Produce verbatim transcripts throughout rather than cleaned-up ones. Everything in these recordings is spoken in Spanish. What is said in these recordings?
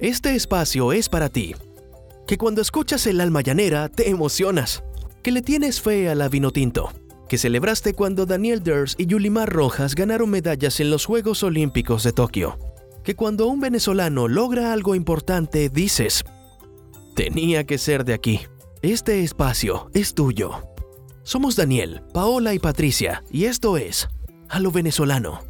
Este espacio es para ti. Que cuando escuchas el alma llanera te emocionas. Que le tienes fe a la Vinotinto. Que celebraste cuando Daniel Ders y Yulimar Rojas ganaron medallas en los Juegos Olímpicos de Tokio. Que cuando un venezolano logra algo importante dices: tenía que ser de aquí. Este espacio es tuyo. Somos Daniel, Paola y Patricia, y esto es A lo Venezolano.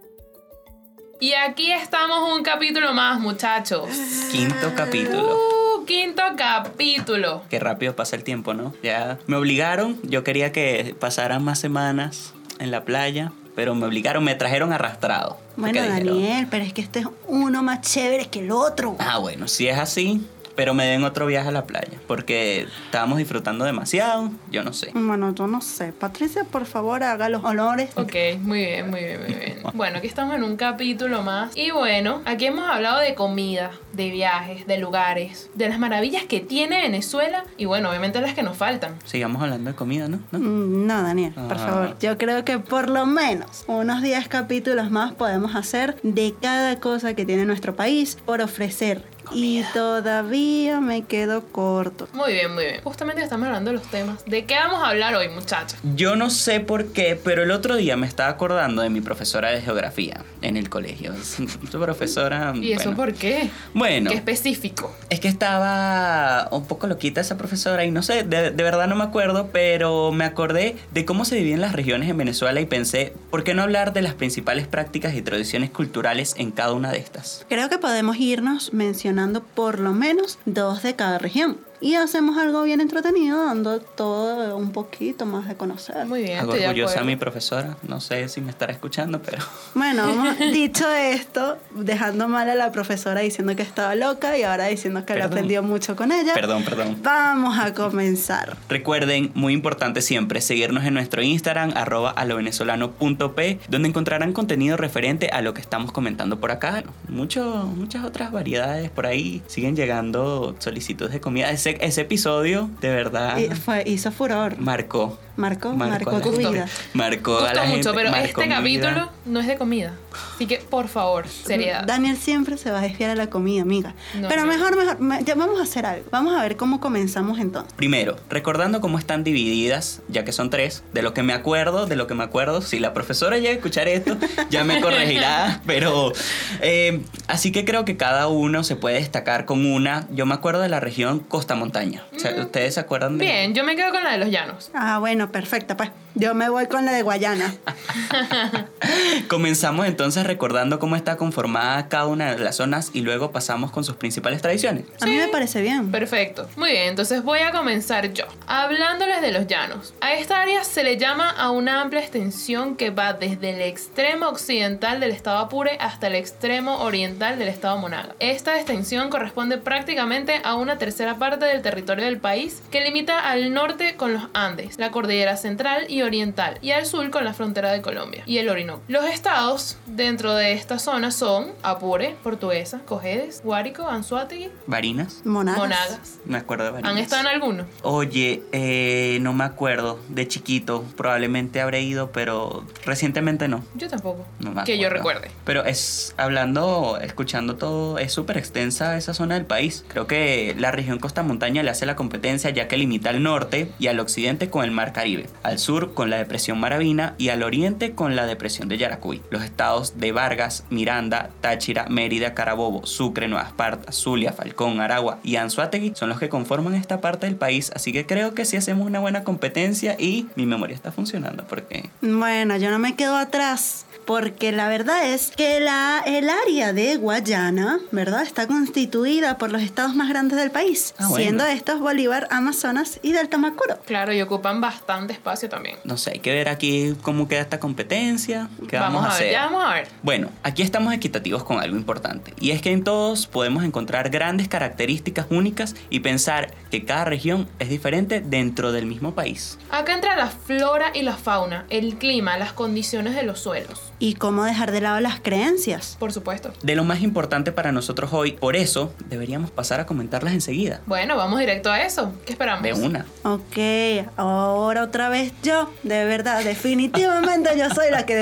Y aquí estamos un capítulo más, muchachos. Quinto capítulo. Uh, quinto capítulo. Qué rápido pasa el tiempo, ¿no? Ya me obligaron, yo quería que pasaran más semanas en la playa, pero me obligaron, me trajeron arrastrado. Bueno, Daniel, pero es que este es uno más chévere que el otro. Ah, bueno, si es así, pero me den otro viaje a la playa, porque estábamos disfrutando demasiado, yo no sé. Bueno, yo no sé. Patricia, por favor, haga los honores. Ok, muy bien, muy bien, muy bien. Bueno, aquí estamos en un capítulo más. Y bueno, aquí hemos hablado de comida, de viajes, de lugares, de las maravillas que tiene Venezuela y bueno, obviamente las que nos faltan. Sigamos hablando de comida, ¿no? ¿No? Mm, No, Daniel, por Ah. favor. Yo creo que por lo menos unos diez capítulos más podemos hacer de cada cosa que tiene nuestro país por ofrecer. Y todavía me quedo corto. Muy bien, muy bien. Justamente estamos hablando de los temas. ¿De qué vamos a hablar hoy, muchachos? Yo no sé por qué, pero el otro día me estaba acordando de mi profesora de geografía en el colegio. Su profesora... ¿Y eso bueno. por qué? Bueno, ¿Qué específico? es que estaba un poco loquita esa profesora y no sé, de, de verdad no me acuerdo, pero me acordé de cómo se dividen las regiones en Venezuela y pensé, ¿por qué no hablar de las principales prácticas y tradiciones culturales en cada una de estas? Creo que podemos irnos mencionando por lo menos dos de cada región. Y hacemos algo bien entretenido, dando todo un poquito más de conocer. Muy bien, Hago estoy de orgullosa a acuerdo. mi profesora, no sé si me estará escuchando, pero... Bueno, hemos dicho esto, dejando mal a la profesora diciendo que estaba loca y ahora diciendo que le Perdón. aprendió mucho con ella. Perdón, perdón. Vamos a comenzar. Recuerden, muy importante siempre, seguirnos en nuestro Instagram, arroba alovenezolano.p, donde encontrarán contenido referente a lo que estamos comentando por acá. Mucho, muchas otras variedades por ahí. Siguen llegando solicitudes de comida. Ese, ese episodio, de verdad, Y fue, hizo furor. marcó. Marcó, Marcó marcó, a la tu gente. vida. Marcó a Gustó la mucho, gente, pero marcó este mi capítulo vida. no es de comida. Así que, por favor, seriedad. Daniel siempre se va a desviar a la comida, amiga. No, pero no. mejor, mejor, me- ya vamos a hacer algo. Vamos a ver cómo comenzamos entonces. Primero, recordando cómo están divididas, ya que son tres, de lo que me acuerdo, de lo que me acuerdo, si la profesora llega a escuchar esto, ya me corregirá, pero eh, así que creo que cada uno se puede destacar con una. Yo me acuerdo de la región Costa Montaña. O sea, ¿ustedes se acuerdan de...? Bien, yo me quedo con la de los llanos. Ah, bueno, perfecto, pues. Yo me voy con la de Guayana. Comenzamos entonces recordando cómo está conformada cada una de las zonas y luego pasamos con sus principales tradiciones. A mí me parece bien. Perfecto. Muy bien, entonces voy a comenzar yo. Hablándoles de los llanos. A esta área se le llama a una amplia extensión que va desde el extremo occidental del estado Apure hasta el extremo oriental del estado Monaga. Esta extensión corresponde prácticamente a una tercera parte del territorio del país que limita al norte con los Andes, la cordillera central y oriental, y al sur con la frontera de Colombia y el Orinoco. Los estados dentro de esta zona son Apure, Portuguesa, Cojedes, Guárico, Anzoátegui, ¿Barinas? Monagas. Monagas. Me acuerdo de Barinas. ¿Han estado en alguno? Oye, eh, no me acuerdo. De chiquito probablemente habré ido, pero recientemente no. Yo tampoco. No me que yo acuerdo. recuerde. Pero es, hablando, escuchando todo, es súper extensa esa zona del país. Creo que la región Costa Montaña le hace la competencia ya que limita al norte y al occidente con el Mar Caribe, al sur con la depresión Maravina y al oriente con la depresión de Yaracuy. Los estados de Vargas, Miranda, Táchira, Mérida, Carabobo, Sucre, Nueva Esparta, Zulia, Falcón, Aragua y Anzoátegui son los que conforman esta parte del país, así que creo que sí hacemos una buena competencia y mi memoria está funcionando porque... Bueno, yo no me quedo atrás. Porque la verdad es que la, el área de Guayana, ¿verdad? Está constituida por los estados más grandes del país, Ah, bueno. siendo estos Bolívar, Amazonas y Delta Macuro. Claro, y ocupan bastante espacio también. No sé, hay que ver aquí cómo queda esta competencia, qué vamos, Vamos a a ver, hacer. ya vamos a ver. Bueno, aquí estamos equitativos con algo importante, y es que en todos podemos encontrar grandes características únicas y pensar que cada región es diferente dentro del mismo país. Acá entra la flora y la fauna, el clima, las condiciones de los suelos. Y cómo dejar de lado las creencias. Por supuesto. De lo más importante para nosotros hoy, por eso deberíamos pasar a comentarlas enseguida. Bueno, vamos directo a eso. ¿Qué esperamos? De una. Ok, ahora otra vez yo. De verdad, definitivamente yo soy la que decide Bueno, las pero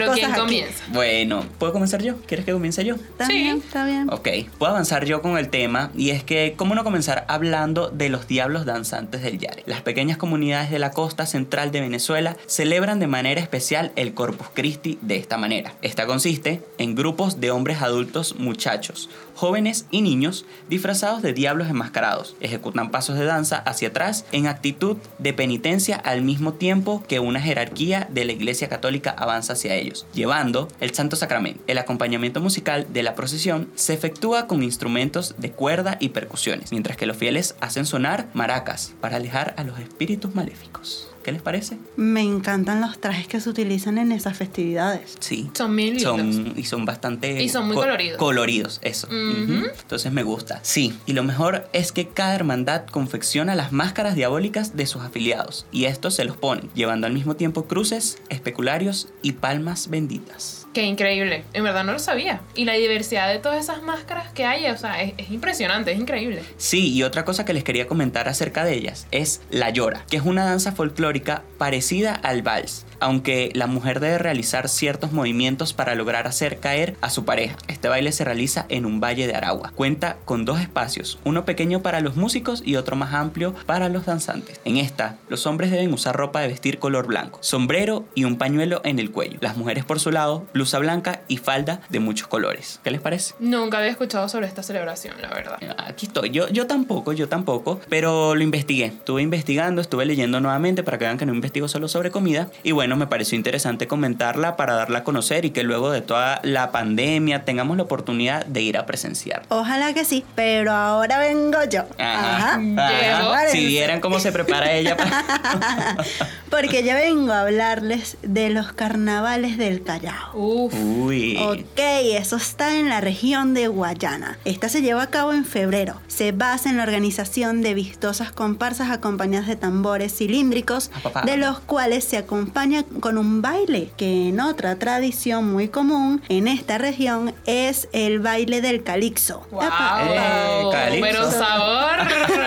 Pero cosas ¿quién aquí. comienza? Bueno, ¿puedo comenzar yo? ¿Quieres que comience yo? Está Sí. bien, está bien. Ok, puedo avanzar yo con el tema y es que, ¿cómo no comenzar hablando de los diablos danzantes del Yare? Las pequeñas comunidades de la costa central de Venezuela celebran de manera especial el Corpus Christi de esta manera. Esta consiste en grupos de hombres adultos, muchachos, jóvenes y niños disfrazados de diablos enmascarados. Ejecutan pasos de danza hacia atrás en actitud de penitencia al mismo tiempo que una jerarquía de la Iglesia Católica avanza hacia ellos, llevando el Santo Sacramento. El acompañamiento musical de la procesión se efectúa con instrumentos de cuerda y percusiones, mientras que los fieles hacen sonar maracas para alejar a los espíritus maléficos. ¿Qué les parece? Me encantan los trajes que se utilizan en esas festividades. Sí. Son bien lindos. Son, y son bastante... Y son muy co- coloridos. Coloridos, eso. Ujú. Ujú. Entonces me gusta. Sí, y lo mejor es que cada hermandad confecciona las máscaras diabólicas de sus afiliados, y estos se los ponen, llevando al mismo tiempo cruces, especularios y palmas benditas. Qué increíble. En verdad no lo sabía. Y la diversidad de todas esas máscaras que hay, o sea, es, es impresionante, es increíble. Sí, y otra cosa que les quería comentar acerca de ellas es la llora, que es una danza folclórica parecida al vals, aunque la mujer debe realizar ciertos movimientos para lograr hacer caer a su pareja. Este baile se realiza en un valle de Aragua. Cuenta con dos espacios, uno pequeño para los músicos y otro más amplio para los danzantes. En esta, los hombres deben usar ropa de vestir color blanco, sombrero y un pañuelo en el cuello. Las mujeres por su lado, blusa blanca y falda de muchos colores. ¿Qué les parece? Nunca había escuchado sobre esta celebración, la verdad. Aquí estoy. Yo, yo tampoco, yo tampoco, pero lo investigué. Estuve investigando, estuve leyendo nuevamente para que vean que no investigo solo sobre comida. Y bueno, me pareció interesante comentarla para darla a conocer y que luego de toda la pandemia tengamos la oportunidad de ir a presenciar. Ojalá que sí, pero ahora vengo yo. Ajá. Llegó. Ajá. Si vieran cómo se prepara ella para... Porque yo vengo a hablarles de los carnavales del Callao. Uf. Uy. Ok, eso está en la región de Guayana. Esta se lleva a cabo en febrero. Se basa en la organización de vistosas comparsas acompañadas de tambores cilíndricos, Ah, papá. de los cuales se acompaña con un baile que en otra tradición muy común en esta región es el baile del calixo. Wow. Epa. Eh, calipso. Pero sabor.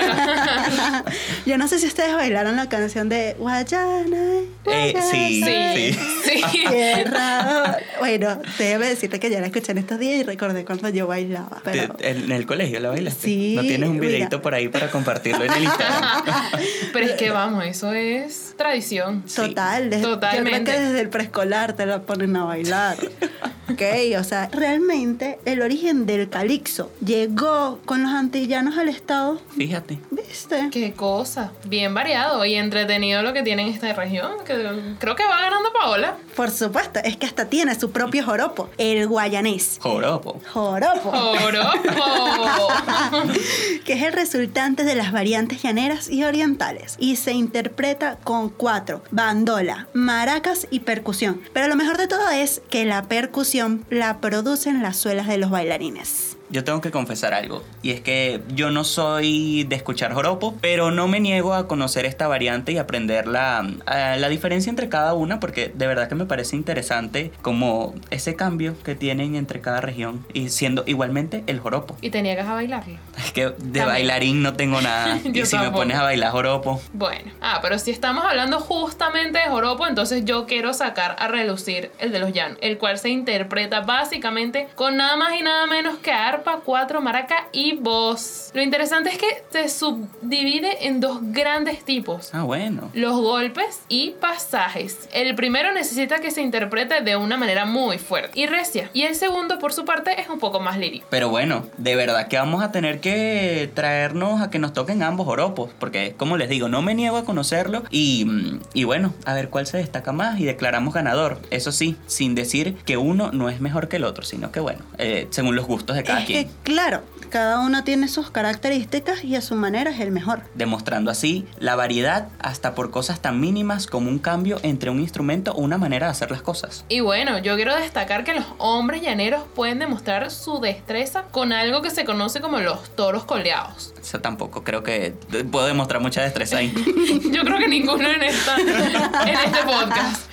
Yo no sé si ustedes bailaron la canción de Guayana. Eh, sí, Guayana, sí. Sí. Sí. Tierra. Bueno, déjame decirte que ya la escuché en estos días y recordé cuando yo bailaba. Pero... Te- ¿En el colegio la bailaste? Sí, ¿No tienes un mira. videito por ahí para compartirlo en el Instagram? Pero es que vamos, eso es tradición. Total, desde- yo creo Totalmente. que desde el preescolar te la ponen a bailar. Ok, o sea, realmente el origen del calixo llegó con los antillanos al estado, Fíjate. ¿viste? Qué cosa. Bien variado y entretenido lo que tiene en esta región. Que creo que va ganando Paola. Por supuesto, es que hasta tiene su propio joropo, el guayanés. Joropo. Joropo. ¡Oropo! Que es el resultante de las variantes llaneras y orientales y se interpreta con cuatro: bandola, maracas y percusión. Pero lo mejor de todo es que la percusión la producen las suelas de los bailarines. Yo tengo que confesar algo, y es que yo no soy de escuchar joropo, pero no me niego a conocer esta variante y aprender la, eh, la diferencia entre cada una, porque de verdad que me parece interesante como ese cambio que tienen entre cada región, y siendo igualmente el joropo. Y te niegas a bailarlo. Es que de También. bailarín no tengo nada, y Yo si me tampoco. pones a bailar joropo... Bueno, ah, pero si estamos hablando justamente de joropo, entonces yo quiero sacar a relucir el de los llanos, el cual se interpreta básicamente con nada más y nada menos que arpa, cuatro, maraca y voz. Lo interesante es que se subdivide en dos grandes tipos: Ah, bueno. los golpes y pasajes. El primero necesita que se interprete de una manera muy fuerte y recia, y el segundo, por su parte, es un poco más lírico. Pero bueno, de verdad que vamos a tener que traernos a que nos toquen ambos joropos, porque como les digo, no me niego a conocerlo y, y bueno, a ver cuál se destaca más y declaramos ganador. Eso sí, sin decir que uno no es mejor que el otro, sino que bueno, eh, según los gustos de cada Es quien. que, claro, cada uno tiene sus características y a su manera es el mejor. Demostrando así la variedad hasta por cosas tan mínimas como un cambio entre un instrumento o una manera de hacer las cosas. Y bueno, yo quiero destacar que los hombres llaneros pueden demostrar su destreza con algo que se conoce como los toros coleados. Eso tampoco creo que puedo demostrar mucha destreza ahí. Yo creo que ninguno en, esta, en este podcast.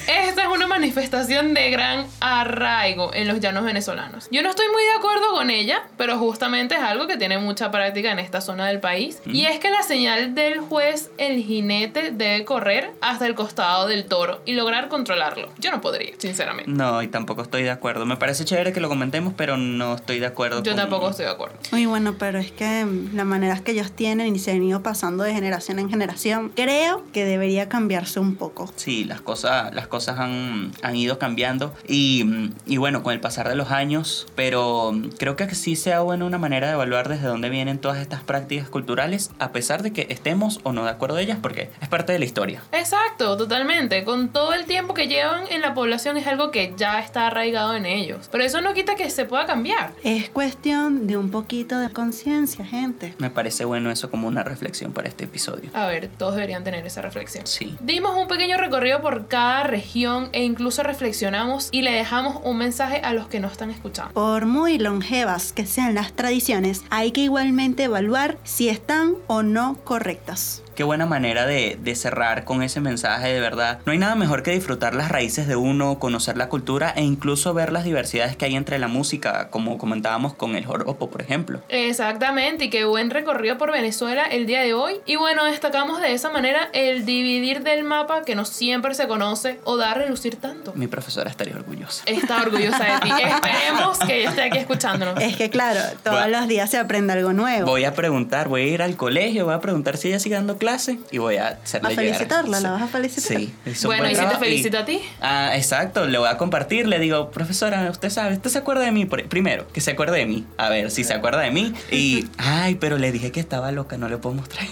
Esta es una manifestación de gran arraigo en los llanos venezolanos. Yo no estoy muy de acuerdo con ella, pero justamente es algo que tiene mucha práctica en esta zona del país. Mm. Y es que la señal del juez, el jinete debe correr hasta el costado del toro y lograr controlarlo. Yo no podría, sinceramente. No, y tampoco estoy de acuerdo. Me parece chévere que lo comentemos, pero no estoy de acuerdo. Yo con... tampoco estoy de acuerdo. Muy bueno, pero es que la manera que ellos tienen y se han ido pasando de generación en generación, creo que debería cambiarse un poco. Sí, las cosas, las cosas han, han ido cambiando y, y bueno, con el pasar de los años, pero creo que sí sea bueno una manera de evaluar desde dónde vienen todas estas prácticas culturales, a pesar de que estemos o no de acuerdo de ellas, porque es parte de la historia. Exacto, totalmente. Con todo el tiempo que llevan en la población es algo que ya está arraigado en ellos. Pero eso no quita que se pueda cambiar. Es cuestión de un poquito de conciencia, gente. Me parece bueno eso como una reflexión para este episodio. A ver, todos deberían tener esa reflexión. Sí. Dimos un pequeño recorrido por cada región e incluso reflexionamos y le dejamos un mensaje a los que no están escuchando. Por muy longevas que sean las tradiciones, hay que igualmente evaluar si están o no correctas. Qué buena manera de, de cerrar con ese mensaje, de verdad. No hay nada mejor que disfrutar las raíces de uno, conocer la cultura e incluso ver las diversidades que hay entre la música, como comentábamos con el joropo, por ejemplo. Exactamente, y qué buen recorrido por Venezuela el día de hoy. Y bueno, destacamos de esa manera el dividir del mapa que no siempre se conoce o da a relucir tanto. Mi profesora estaría orgullosa. Está orgullosa de ti. Esperemos que ella esté aquí escuchándonos. Es que claro, todos bueno, los días se aprende algo nuevo. Voy a preguntar, voy a ir al colegio, voy a preguntar si ella sigue dando clase y voy a hacerle a felicitarla, llegar. ¿la vas a felicitar? Sí. Bueno, ¿y si te felicita y, a ti? Ah, exacto, le voy a compartir, le digo, profesora, usted sabe, usted se acuerda de mí, primero, que se acuerde de mí, a ver si se acuerda de mí y, ay, pero le dije que estaba loca, no le puedo mostrar.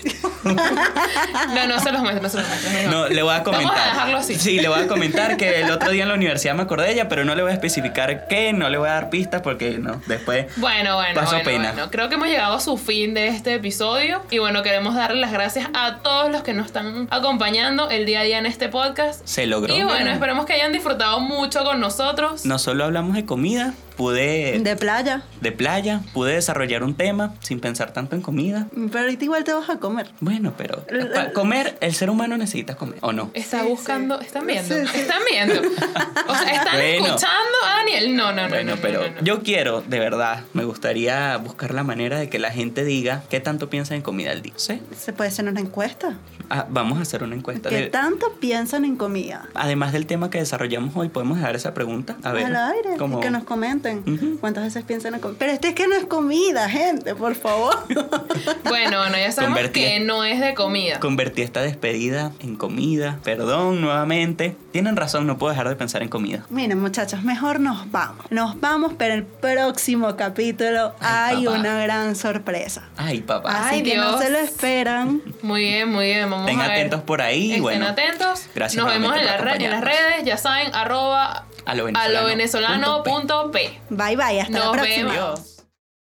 no, no se los muestres, no se los muestres. No, le voy a comentar. Vamos a dejarlo así. Sí, le voy a comentar que el otro día en la universidad me acordé de ella, pero no le voy a especificar qué, no le voy a dar pistas porque no, después bueno, bueno, paso bueno, pena. Bueno, creo que hemos llegado a su fin de este episodio y bueno, queremos darle las gracias a todos los que nos están acompañando el día a día en este podcast. Se logró. Y bueno, esperemos que hayan disfrutado mucho con nosotros. No solo hablamos de comida, pude... De playa. De playa, pude desarrollar un tema sin pensar tanto en comida. Pero ahorita igual te vas a comer. Bueno, pero para comer, el ser humano necesita comer, ¿o no? Está sí, buscando, sí. ¿están viendo? Sí, sí. ¿Están viendo? O sea, ¿están bueno, escuchando a Daniel? No, no, no. Bueno, no, no, pero no, no. yo quiero, de verdad, me gustaría buscar la manera de que la gente diga qué tanto piensa en comida al día. ¿Sí? ¿Se puede hacer una encuesta? Ah, vamos a hacer una encuesta. ¿Qué de... tanto piensan en comida? Además del tema que desarrollamos hoy, podemos dejar esa pregunta. A ver. Al aire, ¿cómo? que nos comenten. Uh-huh. ¿Cuántas veces piensan en comida? Pero este es que no es comida, gente, por favor. Bueno, bueno, ya sabemos Convertí... que no es de comida. Convertí esta despedida en comida. Perdón, nuevamente. Tienen razón, no puedo dejar de pensar en comida. Miren, muchachos, mejor nos vamos. Nos vamos, pero el próximo capítulo Ay, hay papá. una gran sorpresa. Ay, papá. Así Ay, que Dios. no se lo esperan. Muy bien, muy bien. Vamos Estén a ver. atentos por ahí. Estén bueno, atentos. Gracias. Nos vemos en, la re- en las redes. Ya saben, arroba a lo venezolano punto p. Bye, bye. Hasta Nos la próxima. vemos.